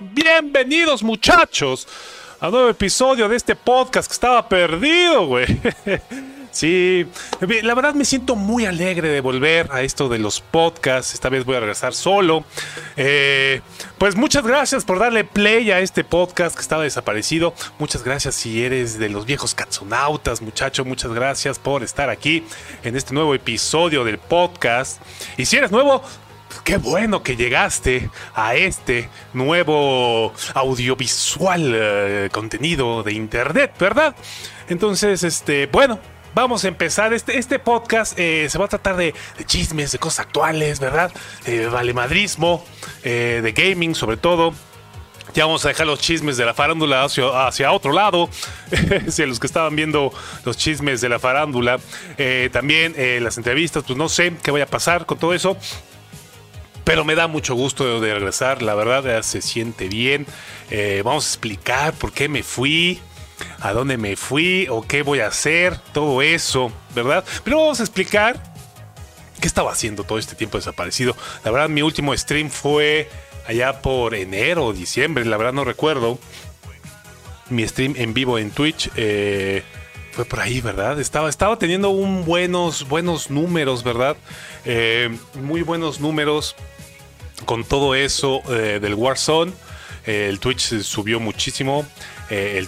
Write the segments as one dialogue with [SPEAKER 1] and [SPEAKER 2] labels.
[SPEAKER 1] Bienvenidos, muchachos, a un nuevo episodio de este podcast que estaba perdido, güey. Sí, la verdad me siento muy alegre de volver a esto de los podcasts. Esta vez voy a regresar solo. Pues muchas gracias por darle play a este podcast que estaba desaparecido. Muchas gracias si eres de los viejos catsonautas, muchacho. Muchas gracias por estar aquí en este nuevo episodio del podcast. Y si eres nuevo, qué bueno que llegaste a este nuevo audiovisual contenido de internet, ¿verdad? Entonces, bueno, vamos a empezar. Este podcast se va a tratar de chismes, de cosas actuales, ¿verdad? De valemadrismo, de gaming sobre todo. Ya vamos a dejar los chismes de la farándula hacia otro lado. Hacia los que estaban viendo los chismes de la farándula. También las entrevistas, pues no sé qué vaya a pasar con todo eso. Pero me da mucho gusto de regresar, la verdad se siente bien. Vamos a explicar por qué me fui, a dónde me fui o qué voy a hacer, todo eso, ¿verdad? Pero vamos a explicar qué estaba haciendo todo este tiempo desaparecido. La verdad mi último stream fue allá por enero o diciembre, la verdad no recuerdo. Mi stream en vivo en Twitch fue por ahí, ¿verdad? Estaba teniendo buenos números, ¿verdad? Muy buenos números. Con todo eso del Warzone, el Twitch subió muchísimo, el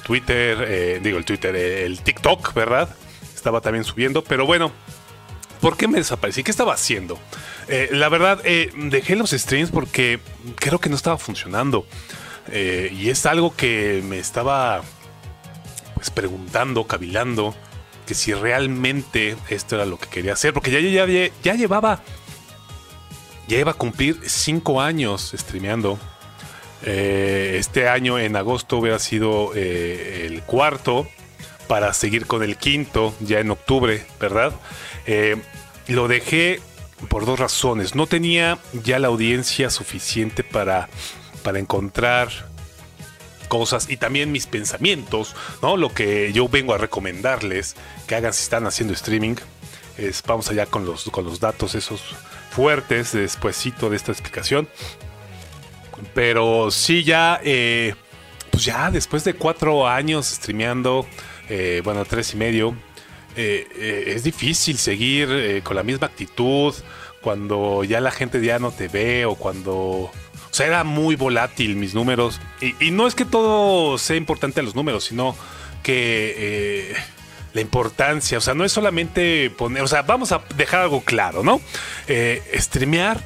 [SPEAKER 1] TikTok, ¿verdad? Estaba también subiendo, pero bueno, ¿por qué me desaparecí? ¿Qué estaba haciendo? La verdad, dejé los streams porque creo que no estaba funcionando, y es algo que me estaba pues preguntando, cavilando, que si realmente esto era lo que quería hacer, porque ya iba a cumplir 5 años streameando. Este año en agosto hubiera sido el cuarto, para seguir con el quinto ya en octubre, ¿verdad? Lo dejé por 2 razones. No tenía ya la audiencia suficiente para encontrar cosas y también mis pensamientos, ¿no? Lo que yo vengo a recomendarles que hagan si están haciendo streaming es, vamos allá con los datos esos fuertes despuesito de esta explicación. Pero sí, pues ya después de 4 años streameando, 3 y medio, es difícil seguir con la misma actitud cuando ya la gente ya no te ve, o cuando, o sea, era muy volátil mis números, y no es que todo sea importante a los números, sino que la importancia, o sea, no es solamente poner, o sea, vamos a dejar algo claro, ¿no? Streamear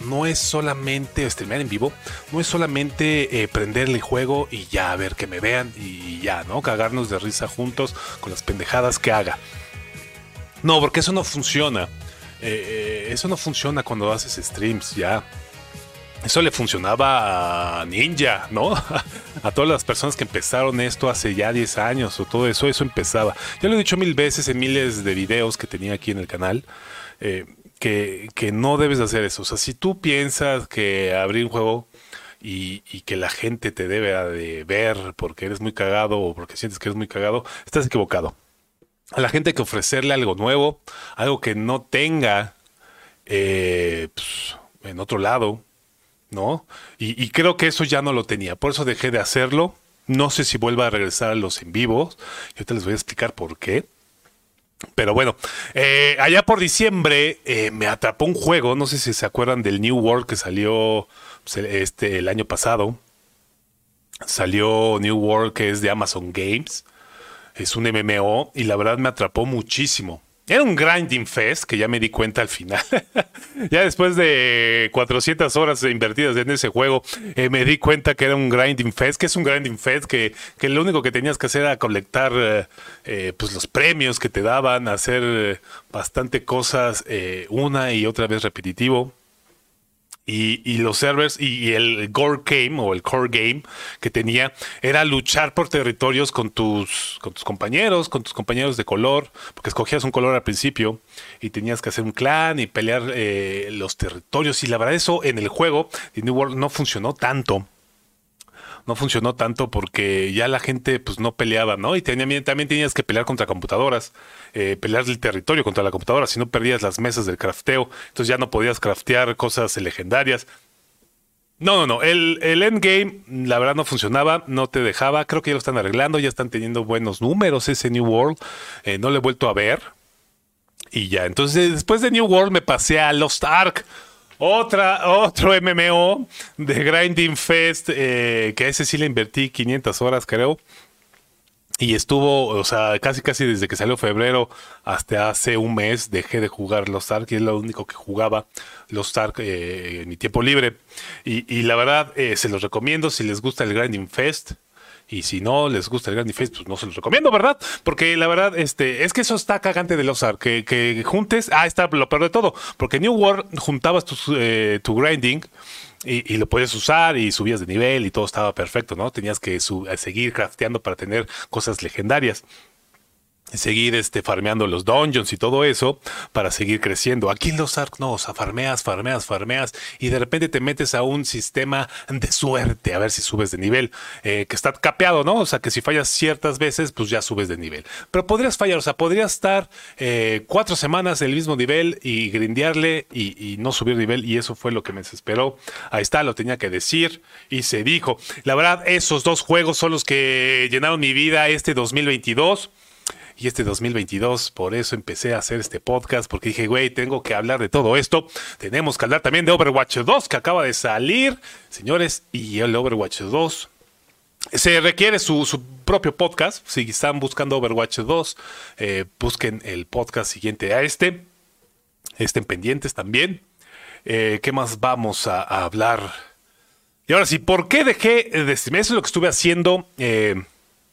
[SPEAKER 1] en vivo no es solamente prender el juego y ya, a ver que me vean y ya, ¿no? Cagarnos de risa juntos con las pendejadas que haga. No, porque eso no funciona. Eso no funciona cuando haces streams, ya. Eso le funcionaba a Ninja, ¿no? A todas las personas que empezaron esto hace ya 10 años o todo eso empezaba. Ya lo he dicho 1000 veces en miles de videos que tenía aquí en el canal, que no debes de hacer eso. O sea, si tú piensas que abrir un juego y que la gente te debe de ver porque eres muy cagado o porque sientes que eres muy cagado, estás equivocado. A la gente hay que ofrecerle algo nuevo, algo que no tenga pues, en otro lado, ¿no? Y creo que eso ya no lo tenía, por eso dejé de hacerlo. No sé si vuelva a regresar a los en vivos. Yo te les voy a explicar por qué. Pero bueno, allá por diciembre me atrapó un juego. No sé si se acuerdan del New World que salió el año pasado. Salió New World, que es de Amazon Games. Es un MMO y la verdad me atrapó muchísimo. Era un grinding fest, que ya me di cuenta al final. Ya después de 400 horas invertidas en ese juego, me di cuenta que era un grinding fest. Que es un grinding fest? Que lo único que tenías que hacer era colectar pues los premios que te daban, hacer bastante cosas una y otra vez repetitivo. Y los servers y el core game o el core game que tenía era luchar por territorios con tus compañeros de color, porque escogías un color al principio y tenías que hacer un clan y pelear los territorios. Y la verdad, eso en el juego de New World no funcionó tanto. No funcionó tanto porque ya la gente pues no peleaba, ¿no? Y también tenías que pelear contra computadoras, pelear el territorio contra la computadora, si no perdías las mesas del crafteo, entonces ya no podías craftear cosas legendarias. No. El endgame, la verdad, no funcionaba, no te dejaba. Creo que ya lo están arreglando, ya están teniendo buenos números ese New World. No lo he vuelto a ver. Y ya, entonces después de New World me pasé a Lost Ark. Otro MMO de Grinding Fest, que a ese sí le invertí 500 horas, creo. Y estuvo, o sea, casi desde que salió febrero hasta hace un mes dejé de jugar Lost Ark, y es lo único que jugaba Lost Ark en mi tiempo libre. Y la verdad, se los recomiendo si les gusta el Grinding Fest. Y si no les gusta el Grinding Fest, pues no se los recomiendo, ¿verdad? Porque la verdad, es que eso está cagante de Lost Ark, que juntes, está lo peor de todo, porque New World juntabas tu grinding y lo podías usar y subías de nivel y todo estaba perfecto, ¿no? Tenías que seguir crafteando para tener cosas legendarias, seguir farmeando los dungeons y todo eso para seguir creciendo. Aquí en los Ark no, o sea, farmeas y de repente te metes a un sistema de suerte a ver si subes de nivel, que está capeado, ¿no? O sea, que si fallas ciertas veces, pues ya subes de nivel. Pero podrías fallar, o sea, podrías estar 4 semanas en el mismo nivel y grindearle y no subir nivel, y eso fue lo que me desesperó. Ahí está, lo tenía que decir y se dijo. La verdad, esos dos juegos son los que llenaron mi vida este 2022. Y este 2022, por eso empecé a hacer este podcast, porque dije, güey, tengo que hablar de todo esto. Tenemos que hablar también de Overwatch 2, que acaba de salir, señores, y el Overwatch 2 se requiere su propio podcast. Si están buscando Overwatch 2, busquen el podcast siguiente a estén pendientes también. ¿Qué más vamos a hablar? Y ahora sí, ¿por qué dejé de streamear? Eso es lo que estuve haciendo en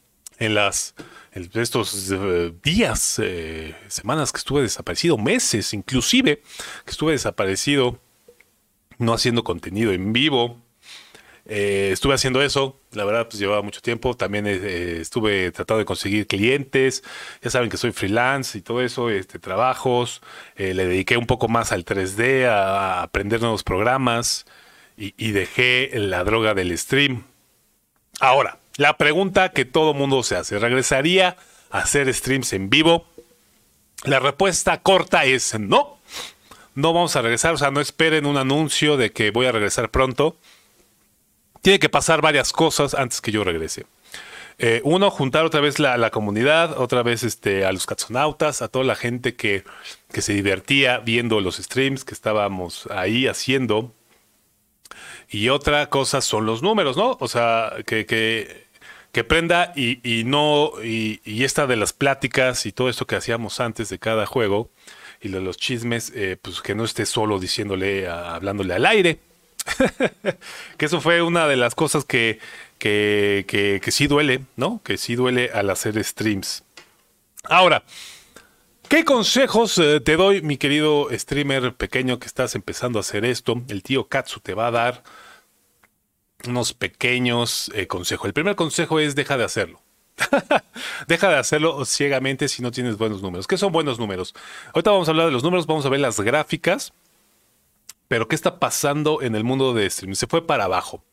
[SPEAKER 1] estos días, semanas que estuve desaparecido, meses inclusive, que estuve desaparecido, no haciendo contenido en vivo. Estuve haciendo eso, la verdad, pues llevaba mucho tiempo. También estuve tratando de conseguir clientes. Ya saben que soy freelance y todo eso, trabajos. Le dediqué un poco más al 3D, a aprender nuevos programas y dejé la droga del stream. Ahora, la pregunta que todo mundo se hace: ¿regresaría a hacer streams en vivo? La respuesta corta es no. No vamos a regresar, o sea, no esperen un anuncio de que voy a regresar pronto. Tiene que pasar varias cosas antes que yo regrese. Uno, juntar otra vez la comunidad, otra vez a los catsonautas, a toda la gente que se divertía viendo los streams que estábamos ahí haciendo. Y otra cosa son los números, ¿no? O sea, que prenda y esta de las pláticas y todo esto que hacíamos antes de cada juego y de los chismes, pues que no esté solo hablándole al aire. Que eso fue una de las cosas que sí duele, ¿no? Que sí duele al hacer streams. Ahora, ¿qué consejos te doy, mi querido streamer pequeño que estás empezando a hacer esto? El tío Katsu te va a dar unos pequeños consejos. El primer consejo es: deja de hacerlo. Deja de hacerlo ciegamente si no tienes buenos números. ¿Qué son buenos números? Ahorita vamos a hablar de los números, vamos a ver las gráficas. Pero ¿qué está pasando en el mundo de streaming? Se fue para abajo.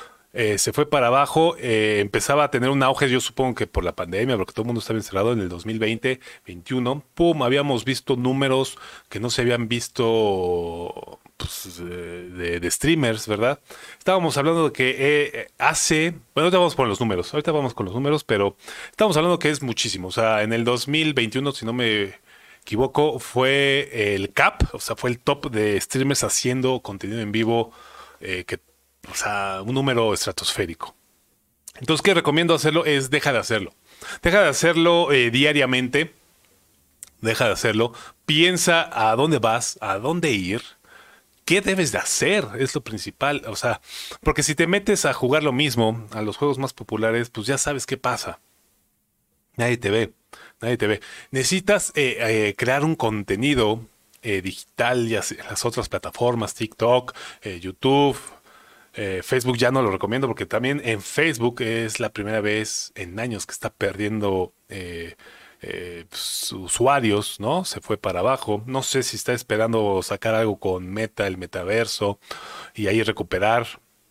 [SPEAKER 1] Empezaba a tener un auge, yo supongo que por la pandemia, porque todo el mundo estaba encerrado en el 2020, 21. ¡Pum! Habíamos visto números que no se habían visto, pues, de streamers, ¿verdad? Estábamos hablando de que bueno, ahorita vamos con los números, pero estamos hablando que es muchísimo. O sea, en el 2021, si no me equivoco, fue el cap, o sea, fue el top de streamers haciendo contenido en vivo, o sea, un número estratosférico. Entonces, ¿qué recomiendo hacerlo? Deja de hacerlo. Deja de hacerlo diariamente. Deja de hacerlo. Piensa a dónde vas, a dónde ir, qué debes de hacer, es lo principal. O sea, porque si te metes a jugar lo mismo, a los juegos más populares, pues ya sabes qué pasa. Nadie te ve. Necesitas crear un contenido digital, ya sea en las otras plataformas, TikTok, YouTube, Facebook. Ya no lo recomiendo, porque también en Facebook es la primera vez en años que está perdiendo pues, usuarios, ¿no? Se fue para abajo. No sé si está esperando sacar algo con Meta, el metaverso, y ahí recuperar.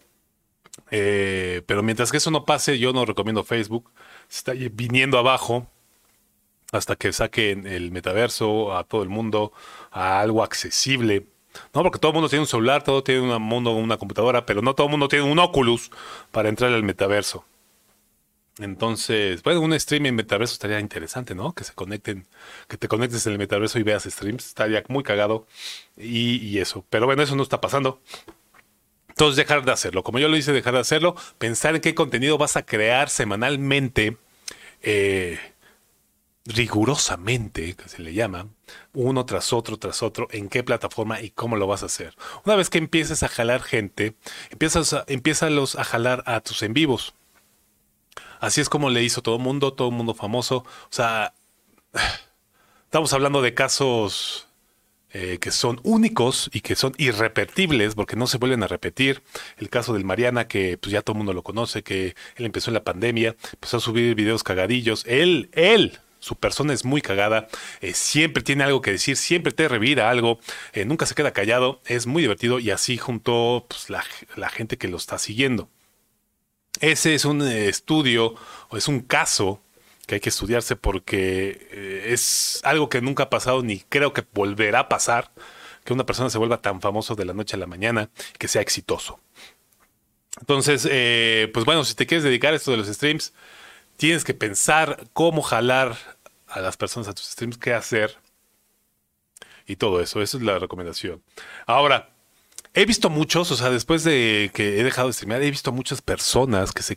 [SPEAKER 1] Pero mientras que eso no pase, yo no recomiendo Facebook. Se está viniendo abajo hasta que saquen el metaverso a todo el mundo, a algo accesible. ¿no? Porque todo el mundo tiene un celular, todo tiene una computadora, pero no todo el mundo tiene un Oculus para entrar al metaverso. Entonces, bueno, un stream en metaverso estaría interesante, ¿no? Que te conectes en el metaverso y veas streams, estaría muy cagado y eso. Pero bueno, eso no está pasando. Entonces, dejar de hacerlo. Como yo lo hice, dejar de hacerlo, pensar en qué contenido vas a crear semanalmente, eh, rigurosamente, que se le llama, uno tras otro, en qué plataforma y cómo lo vas a hacer. Una vez que empieces a jalar gente, empiézalos a jalar a tus en vivos. Así es como le hizo todo mundo famoso. O sea, estamos hablando de casos que son únicos y que son irrepetibles porque no se vuelven a repetir. El caso del Mariana, que pues ya todo el mundo lo conoce, que él empezó en la pandemia, empezó a subir videos cagadillos. Su persona es muy cagada, siempre tiene algo que decir, siempre te revira algo, nunca se queda callado, es muy divertido y así juntó pues, la gente que lo está siguiendo. Ese es un estudio o es un caso que hay que estudiarse porque es algo que nunca ha pasado ni creo que volverá a pasar, que una persona se vuelva tan famoso de la noche a la mañana, que sea exitoso. Entonces, pues bueno, si te quieres dedicar a esto de los streams, tienes que pensar cómo jalar a las personas a tus streams, qué hacer y todo eso. Esa es la recomendación. Ahora, he visto muchos, o sea, después de que he dejado de streamear, he visto muchas personas que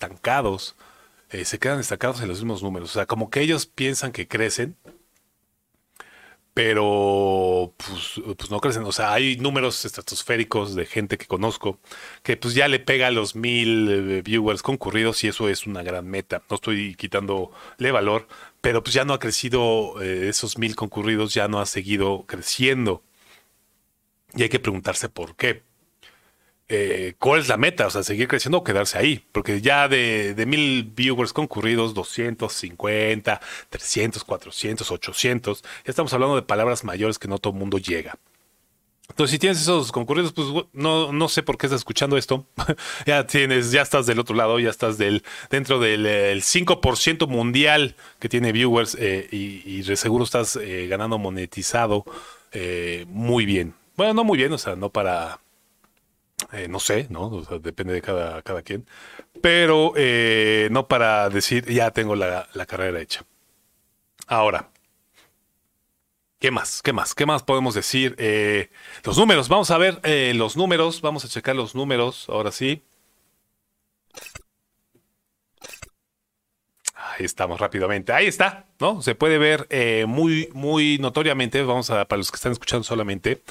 [SPEAKER 1] se quedan estancados en los mismos números. O sea, como que ellos piensan que crecen, pero pues no crecen. O sea, hay números estratosféricos de gente que conozco que pues ya le pega a los 1000 viewers concurridos y eso es una gran meta. No estoy quitándole valor, pero pues ya no ha crecido, esos 1000 concurridos ya no ha seguido creciendo. Y hay que preguntarse por qué. ¿Cuál es la meta? O sea, seguir creciendo o quedarse ahí. Porque ya de 1000 viewers concurridos, 250, 300, 400, 800. Ya estamos hablando de palabras mayores que no todo el mundo llega. Entonces, si tienes esos concurridos, pues no sé por qué estás escuchando esto. Ya estás del otro lado, ya estás dentro del el 5% mundial que tiene viewers, y de seguro estás ganando monetizado muy bien. Bueno, no muy bien, o sea, no para no sé, ¿no? O sea, depende de cada quien. Pero no para decir, ya tengo la carrera hecha. Ahora, ¿qué más? ¿Qué más? ¿Qué más podemos decir? Los números, vamos a ver los números, vamos a checar los números, ahora sí. Ahí estamos rápidamente. Ahí está, ¿no? Se puede ver muy notoriamente. Para los que están escuchando solamente,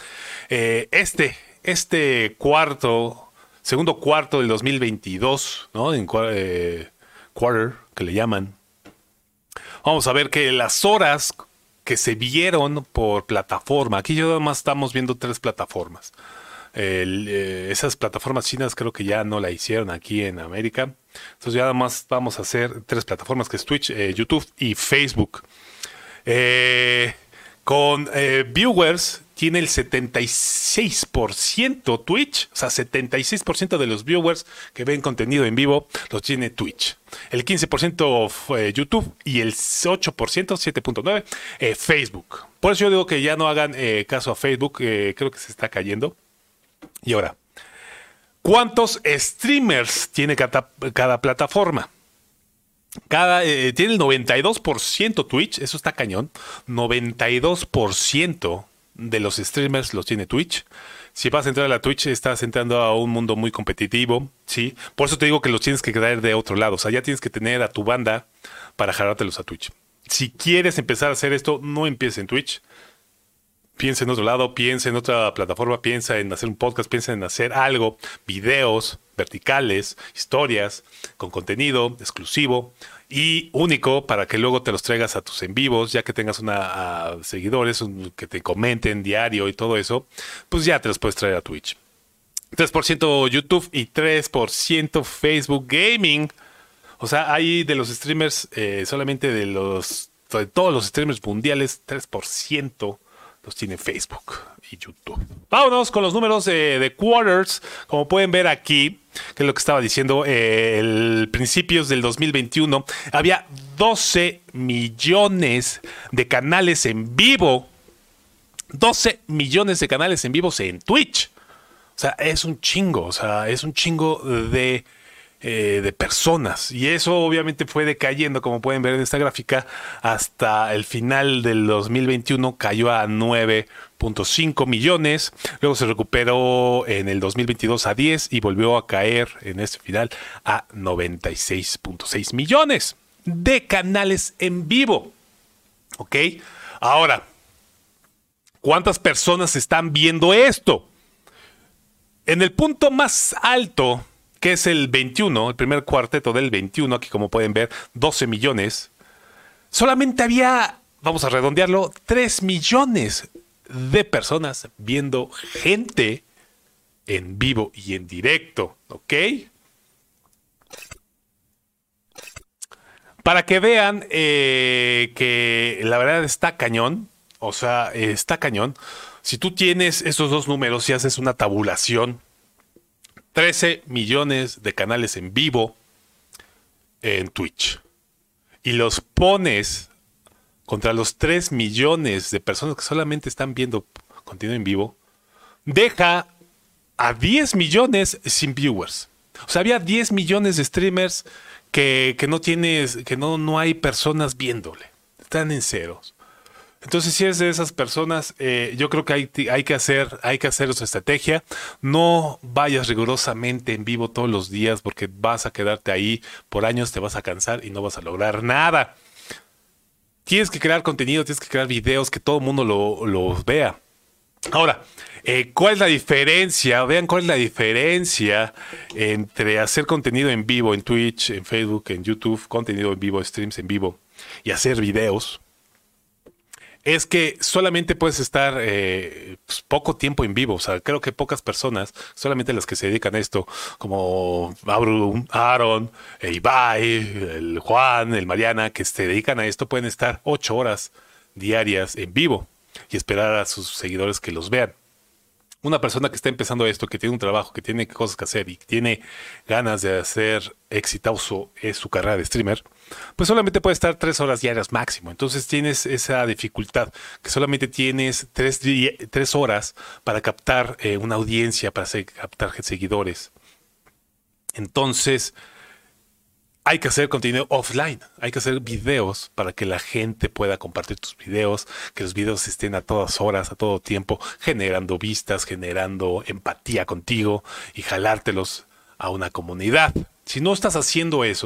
[SPEAKER 1] este segundo cuarto del 2022, ¿no? Quarter, que le llaman. Vamos a ver que las horas que se vieron por plataforma. Aquí yo nada más estamos viendo 3 plataformas. Esas plataformas chinas creo que ya no la hicieron aquí en América. Entonces ya nada más vamos a hacer 3 plataformas, que es Twitch, YouTube y Facebook. Con viewers tiene el 76% Twitch, o sea, 76% de los viewers que ven contenido en vivo los tiene Twitch. El 15% fue YouTube y el 8%, 7.9%, Facebook. Por eso yo digo que ya no hagan caso a Facebook, creo que se está cayendo. Y ahora, ¿cuántos streamers tiene cada plataforma? Tiene el 92% Twitch, eso está cañón. 92% de los streamers los tiene Twitch. Si vas a entrar a la Twitch, estás entrando a un mundo muy competitivo, ¿sí? Por eso te digo que los tienes que traer de otro lado. O sea, ya tienes que tener a tu banda para jalártelos a Twitch. Si quieres empezar a hacer esto, no empieces en Twitch. Piensa en otro lado, piensa en otra plataforma, piensa en hacer un podcast, piensa en hacer algo, videos verticales, historias, con contenido exclusivo y único para que luego te los traigas a tus en vivos, ya que tengas seguidores que te comenten diario y todo eso, pues ya te los puedes traer a Twitch. 3% YouTube y 3% Facebook Gaming. O sea, hay de los streamers, solamente de todos los streamers mundiales, 3% los tiene Facebook y YouTube. Vámonos con los números de Quarters. Como pueden ver aquí, que es lo que estaba diciendo, principios del 2021, había 12 millones de canales en vivo. 12 millones de canales en vivos en Twitch. O sea, es un chingo. O sea, es un chingo de personas. Y eso obviamente fue decayendo, como pueden ver en esta gráfica, hasta el final del 2021 cayó a 9.5 millones. Luego se recuperó en el 2022 a 10 y volvió a caer en este final a 96.6 millones de canales en vivo. ¿Ok? Ahora, ¿cuántas personas están viendo esto? En el punto más alto, que es el 21, el primer cuarteto del 21, aquí como pueden ver, 12 millones, solamente había, vamos a redondearlo, 3 millones de personas viendo gente en vivo y en directo, ¿ok? Para que vean que la verdad está cañón, o sea, está cañón. Si tú tienes esos dos números y haces una tabulación, 13 millones de canales en vivo en Twitch, y los pones contra los 3 millones de personas que solamente están viendo contenido en vivo, deja a 10 millones sin viewers. O sea, había 10 millones de streamers que no hay personas viéndole. Están en ceros. Entonces, si eres de esas personas, yo creo que hay que hacer esa estrategia. No vayas rigurosamente en vivo todos los días porque vas a quedarte ahí por años, te vas a cansar y no vas a lograr nada. Tienes que crear contenido, tienes que crear videos que todo el mundo lo vea. Ahora, ¿cuál es la diferencia? Vean cuál es la diferencia entre hacer contenido en vivo en Twitch, en Facebook, en YouTube, contenido en vivo, streams en vivo y hacer videos. Es que solamente puedes estar pues, poco tiempo en vivo. O sea, creo que pocas personas, solamente las que se dedican a esto, como Aaron, Ibai, el Juan, el Mariana, que se dedican a esto, pueden estar 8 horas diarias en vivo y esperar a sus seguidores que los vean. Una persona que está empezando esto, que tiene un trabajo, que tiene cosas que hacer y que tiene ganas de hacer exitoso su carrera de streamer, pues solamente puede estar 3 horas diarias máximo. Entonces tienes esa dificultad, que solamente tienes 3 horas para captar una audiencia, para captar seguidores. Entonces hay que hacer contenido offline, hay que hacer videos para que la gente pueda compartir tus videos, que los videos estén a todas horas, a todo tiempo, generando vistas, generando empatía contigo y jalártelos a una comunidad. Si no estás haciendo eso,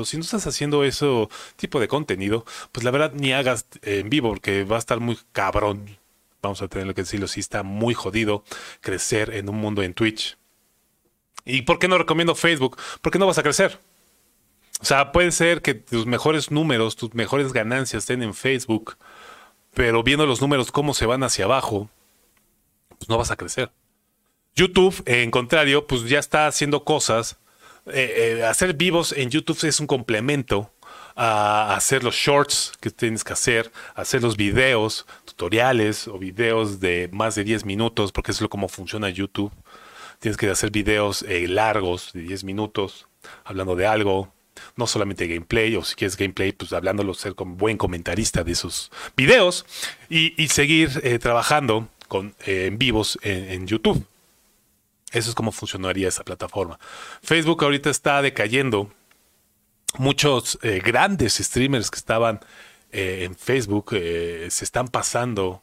[SPEAKER 1] tipo de contenido, pues la verdad ni hagas en vivo porque va a estar muy cabrón. Vamos a tener que decirlo, sí está muy jodido crecer en un mundo en Twitch. ¿Y por qué no recomiendo Facebook? Porque no vas a crecer. O sea, puede ser que tus mejores números, tus mejores ganancias estén en Facebook, pero viendo los números cómo se van hacia abajo, pues no vas a crecer. YouTube, en contrario, pues ya está haciendo cosas. Hacer vivos en YouTube es un complemento a hacer los shorts que tienes que hacer los videos, tutoriales o videos de más de 10 minutos, porque eso es como funciona YouTube. Tienes que hacer videos largos de 10 minutos, hablando de algo. No solamente gameplay, o si quieres gameplay, pues hablándolo, ser como buen comentarista de esos videos y seguir trabajando en vivos en YouTube. Eso es como funcionaría esa plataforma. Facebook ahorita está decayendo. Muchos grandes streamers que estaban en Facebook se están pasando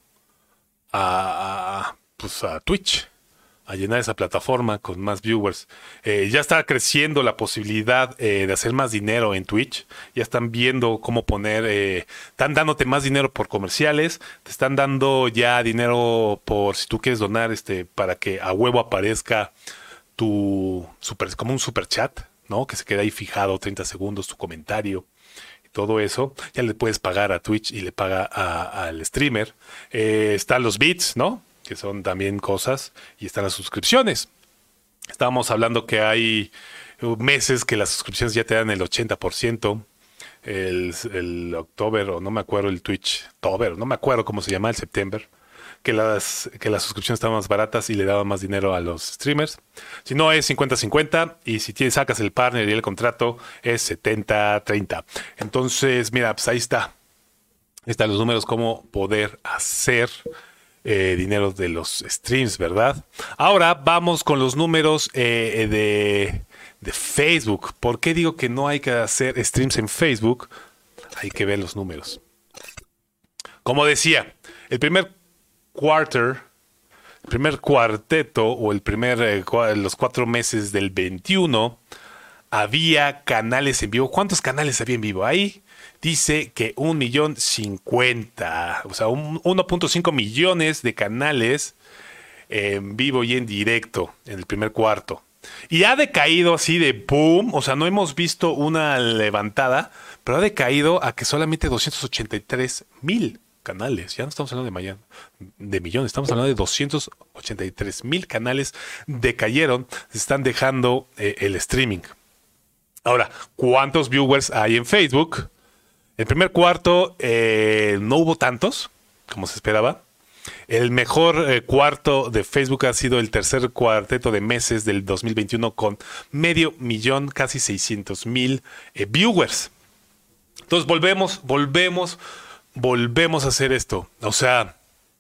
[SPEAKER 1] pues a Twitch, a llenar esa plataforma con más viewers. Ya está creciendo la posibilidad de hacer más dinero en Twitch. Ya están viendo cómo poner, están dándote más dinero por comerciales, te están dando ya dinero por si tú quieres donar para que a huevo aparezca como un super chat, ¿no? Que se queda ahí fijado 30 segundos tu comentario. Todo eso, ya le puedes pagar a Twitch y le paga al streamer. Están los bits, ¿no? Que son también cosas, y están las suscripciones. Estábamos hablando que hay meses que las suscripciones ya te dan el 80%. El October, o no me acuerdo, el Twitch Tober, no me acuerdo cómo se llama, el September, que las suscripciones estaban más baratas y le daban más dinero a los streamers. Si no, es 50-50, y si sacas el partner y el contrato, es 70-30. Entonces, mira, pues ahí está. Están los números, cómo poder hacer dinero de los streams, ¿verdad? Ahora vamos con los números de Facebook. ¿Por qué digo que no hay que hacer streams en Facebook? Hay que ver los números. Como decía, el primer cuarteto o los 4 meses del 21 había canales en vivo. ¿Cuántos canales había en vivo? Ahí dice que 1.050.000, o sea, 1.5 millones de canales en vivo y en directo en el primer cuarto. Y ha decaído así de boom, o sea, no hemos visto una levantada, pero ha decaído a que solamente 283.000 canales. Ya no estamos hablando de millones, estamos hablando de 283.000 canales decayeron, se están dejando el streaming. Ahora, ¿cuántos viewers hay en Facebook? El primer cuarto no hubo tantos como se esperaba. El mejor cuarto de Facebook ha sido el tercer cuarteto de meses del 2021 con 500.000, casi 600.000 viewers. Entonces volvemos a hacer esto. O sea,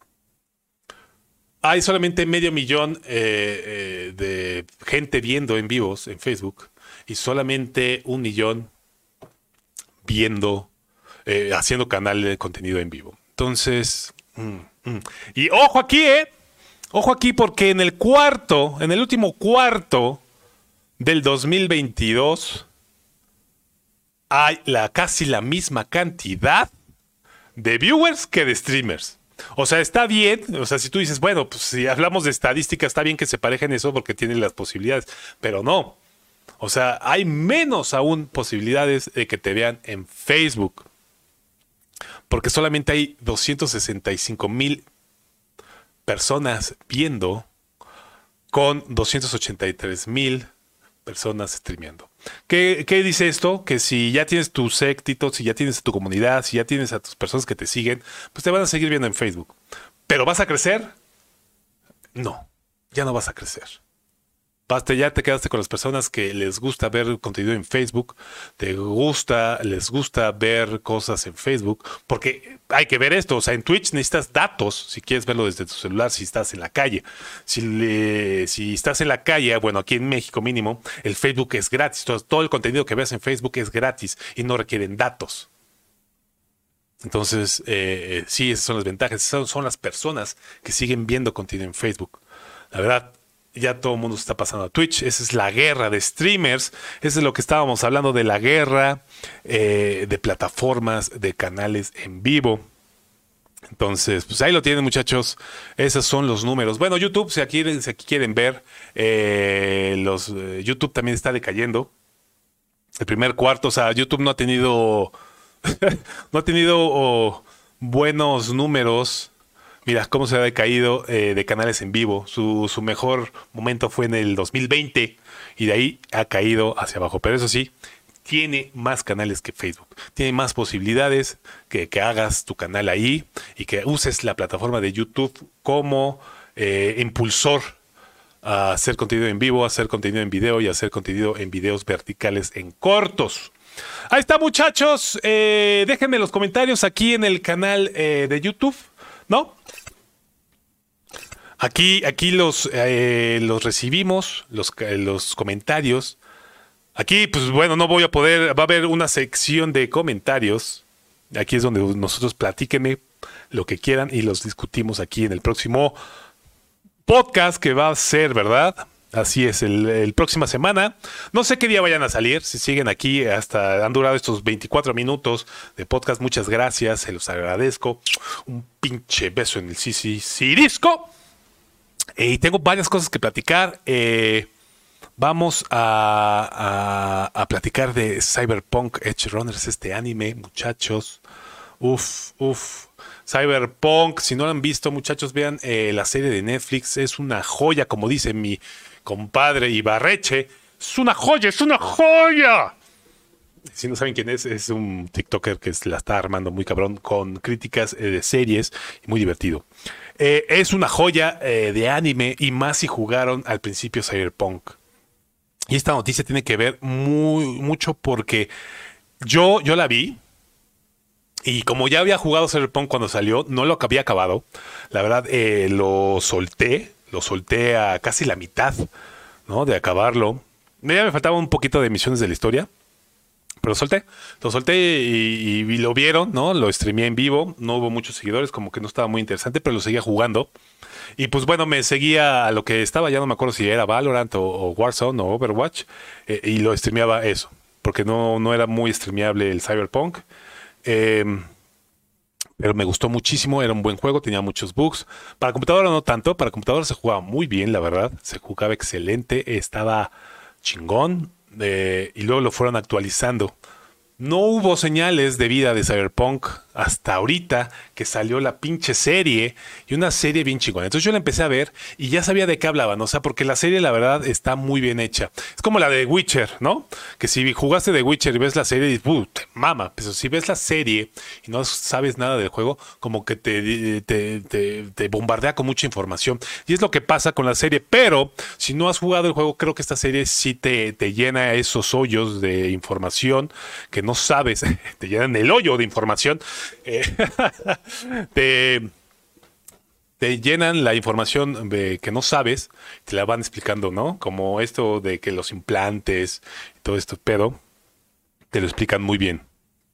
[SPEAKER 1] hay solamente 500.000 de gente viendo en vivos en Facebook y solamente 1 millón viendo, haciendo canal de contenido en vivo. Entonces, y ojo aquí, ojo aquí, porque en el último cuarto del 2022 hay casi la misma cantidad de viewers que de streamers. O sea, está bien, o sea, si tú dices, bueno, pues si hablamos de estadística, está bien que se parejen eso porque tienen las posibilidades, pero no. O sea, hay menos aún posibilidades de que te vean en Facebook. Porque solamente hay 265.000 personas viendo con 283.000 personas streameando. ¿Qué dice esto? Que si ya tienes tus éxitos, si ya tienes tu comunidad, si ya tienes a tus personas que te siguen, pues te van a seguir viendo en Facebook. ¿Pero vas a crecer? No, ya no vas a crecer. Ya te quedaste con las personas que les gusta ver contenido en Facebook, les gusta ver cosas en Facebook, porque hay que ver esto, o sea, en Twitch necesitas datos si quieres verlo desde tu celular, si estás en la calle. Si estás en la calle, bueno, aquí en México mínimo, el Facebook es gratis, todo el contenido que ves en Facebook es gratis y no requieren datos. Entonces, sí, esas son las ventajas, esas son las personas que siguen viendo contenido en Facebook. La verdad, ya todo el mundo se está pasando a Twitch. Esa es la guerra de streamers. Eso es lo que estábamos hablando, de la guerra de plataformas, de canales en vivo. Entonces, pues ahí lo tienen, muchachos. Esos son los números. Bueno, YouTube, si aquí quieren ver, YouTube también está decayendo. El primer cuarto, o sea, YouTube no ha tenido buenos números. Mira cómo se ha decaído de canales en vivo. Su mejor momento fue en el 2020 y de ahí ha caído hacia abajo. Pero eso sí, tiene más canales que Facebook. Tiene más posibilidades que hagas tu canal ahí y que uses la plataforma de YouTube como impulsor a hacer contenido en vivo, a hacer contenido en video y a hacer contenido en videos verticales en cortos. Ahí está, muchachos. Déjenme los comentarios aquí en el canal de YouTube, ¿no? Aquí los recibimos, los comentarios. Aquí, pues bueno, no voy a poder, va a haber una sección de comentarios. Aquí es donde nosotros platíquenme lo que quieran y los discutimos aquí en el próximo podcast que va a ser, ¿verdad? Así es, el próxima semana. No sé qué día vayan a salir. Si siguen aquí, han durado estos 24 minutos de podcast. Muchas gracias, se los agradezco. Un pinche beso en el cirisco. Y tengo varias cosas que platicar. Vamos a platicar de Cyberpunk Edge Runners, este anime, muchachos. Uf. Cyberpunk, si no lo han visto, muchachos, vean la serie de Netflix. Es una joya, como dice mi compadre Ibarreche. Es una joya, es una joya. Si no saben quién es un TikToker que la está armando muy cabrón con críticas de series y muy divertido. Es una joya de anime y más si jugaron al principio Cyberpunk. Y esta noticia tiene que ver mucho porque yo la vi Y como ya había jugado Cyberpunk cuando salió, no lo había acabado. La verdad, lo solté a casi la mitad, ¿no? De acabarlo. Ya me faltaba un poquito de misiones de la historia, pero lo solté y lo vieron, ¿no? Lo streameé en vivo, no hubo muchos seguidores, como que no estaba muy interesante, pero lo seguía jugando. Y pues bueno, me seguía a lo que estaba, ya no me acuerdo si era Valorant o Warzone o Overwatch, y lo streameaba eso, porque no era muy streameable el Cyberpunk. Eh, pero me gustó muchísimo, era un buen juego, tenía muchos bugs. Para computadora no tanto, para computadora se jugaba muy bien, la verdad. Se jugaba excelente, estaba chingón, y luego lo fueron actualizando. No hubo señales de vida de Cyberpunk hasta ahorita que salió la pinche serie, y una serie bien chingona. Entonces yo la empecé a ver y ya sabía de qué hablaban, o sea, porque la serie la verdad está muy bien hecha. Es como la de Witcher, ¿no? Que si jugaste de Witcher y ves la serie, te mama. Pero si ves la serie y no sabes nada del juego, como que te bombardea con mucha información. Y es lo que pasa con la serie. Pero si no has jugado el juego, creo que esta serie sí te llena esos hoyos de información que no sabes, te llenan el hoyo de información. eh, te, te llenan la información que no sabes, te la van explicando, ¿no? Como esto de que los implantes y todo esto, pero te lo explican muy bien.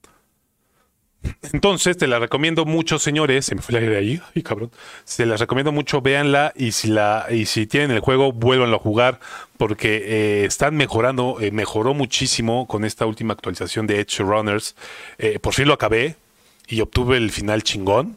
[SPEAKER 1] Entonces, te la recomiendo mucho, señores. Se me fue el aire de ahí, ay, cabrón. Se las recomiendo mucho, véanla, y si tienen el juego, vuélvanlo a jugar, porque están mejorando, mejoró muchísimo con esta última actualización de Edge Runners. Por fin lo acabé y obtuve el final chingón.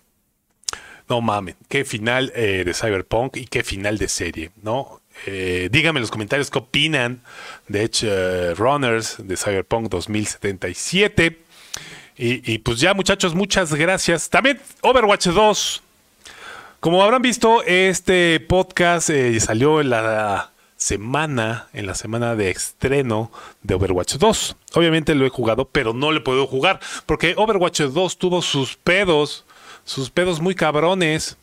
[SPEAKER 1] No mames, qué final de Cyberpunk y qué final de serie, ¿no? Díganme en los comentarios qué opinan de Edge Runners de Cyberpunk 2077. Y pues ya, muchachos, muchas gracias. También Overwatch 2. Como habrán visto, este podcast salió en la semana de estreno de Overwatch 2. Obviamente lo he jugado, pero no lo he podido jugar porque Overwatch 2 tuvo sus pedos muy cabrones,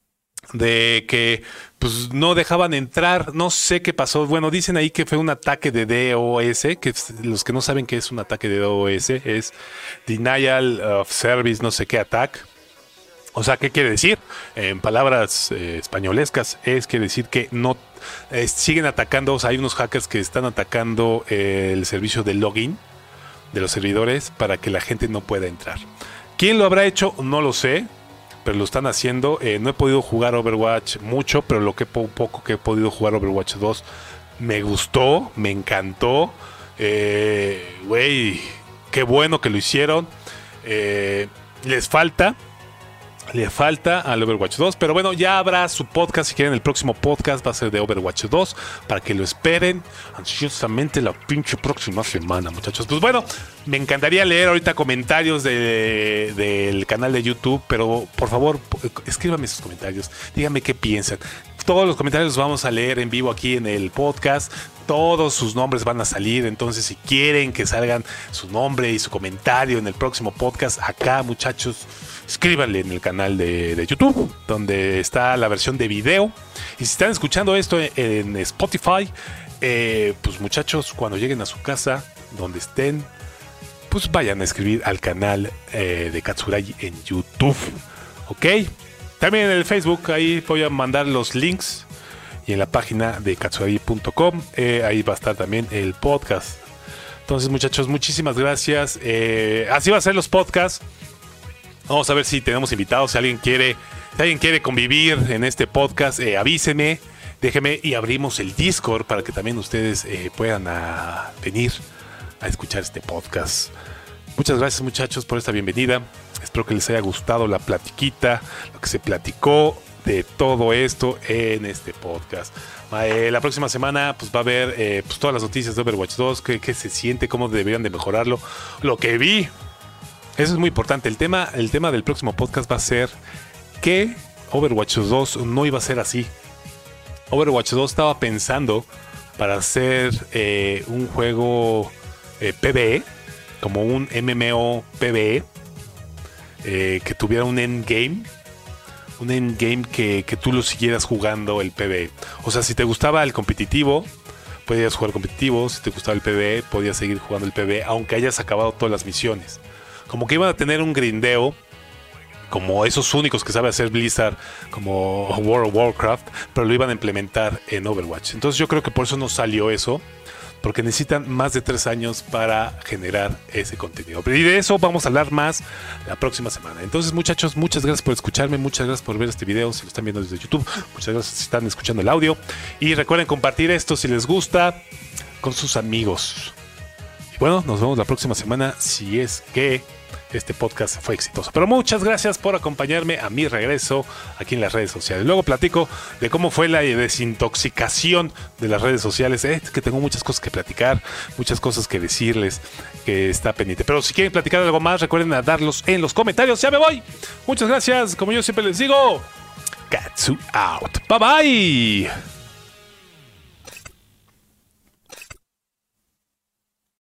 [SPEAKER 1] de que pues no dejaban entrar, no sé qué pasó. Bueno, dicen ahí que fue un ataque de DOS, que los que no saben qué es un ataque de DOS, es Denial of Service, no sé qué attack. O sea, ¿qué quiere decir? En palabras españolescas, quiere decir que no siguen atacando. O sea, hay unos hackers que están atacando el servicio de login de los servidores para que la gente no pueda entrar. ¿Quién lo habrá hecho? No lo sé, pero lo están haciendo. No he podido jugar Overwatch mucho, pero lo que poco que he podido jugar Overwatch 2 me gustó, me encantó. Güey, qué bueno que lo hicieron. Le falta al Overwatch 2, pero bueno, ya habrá su podcast. Si quieren, el próximo podcast va a ser de Overwatch 2, para que lo esperen ansiosamente la pinche próxima semana, muchachos. Pues bueno, me encantaría leer ahorita comentarios del canal de YouTube, pero por favor, escríbanme sus comentarios, díganme qué piensan. Todos los comentarios los vamos a leer en vivo aquí en el podcast. Todos sus nombres van a salir. Entonces, si quieren que salgan su nombre y su comentario en el próximo podcast, acá, muchachos, escríbanle en el canal de YouTube, donde está la versión de video. Y si están escuchando esto en Spotify, pues muchachos, cuando lleguen a su casa, donde estén, pues vayan a escribir al canal de Katsuragi en YouTube. ¿Ok? También en el Facebook, ahí voy a mandar los links. Y en la página de katsuragi.com, ahí va a estar también el podcast. Entonces, muchachos, muchísimas gracias. Así va a ser los podcasts. Vamos a ver si tenemos invitados. Si alguien quiere convivir en este podcast, avísenme, déjenme, y abrimos el Discord para que también ustedes puedan venir a escuchar este podcast. Muchas gracias, muchachos, por esta bienvenida. Espero que les haya gustado la platiquita, lo que se platicó de todo esto en este podcast. La próxima semana pues va a haber pues todas las noticias de Overwatch 2, qué se siente, cómo deberían de mejorarlo, lo que vi. Eso es muy importante. El tema del próximo podcast va a ser que Overwatch 2 no iba a ser así. Overwatch 2 estaba pensando para hacer un juego PvE, como un MMO PvE, que tuviera un endgame. Un endgame que tú lo siguieras jugando el PvE. O sea, si te gustaba el competitivo, podías jugar competitivo. Si te gustaba el PvE, podías seguir jugando el PvE, aunque hayas acabado todas las misiones. como que iban a tener un grindeo como esos únicos que sabe hacer Blizzard, como World of Warcraft, pero lo iban a implementar en Overwatch. Entonces yo creo que por eso no salió eso, porque necesitan más de 3 años para generar ese contenido. Y de eso vamos a hablar más la próxima semana. Entonces, muchachos, muchas gracias por escucharme, muchas gracias por ver este video, si lo están viendo desde YouTube, muchas gracias si están escuchando el audio, y recuerden compartir esto si les gusta con sus amigos. Y bueno, nos vemos la próxima semana si es que este podcast fue exitoso. Pero muchas gracias por acompañarme a mi regreso aquí en las redes sociales. Luego platico de cómo fue la desintoxicación de las redes sociales. Es que tengo muchas cosas que platicar, muchas cosas que decirles, que está pendiente. Pero si quieren platicar algo más, recuerden a darlos en los comentarios. ¡Ya me voy! Muchas gracias. Como yo siempre les digo, Katsu out. Bye bye.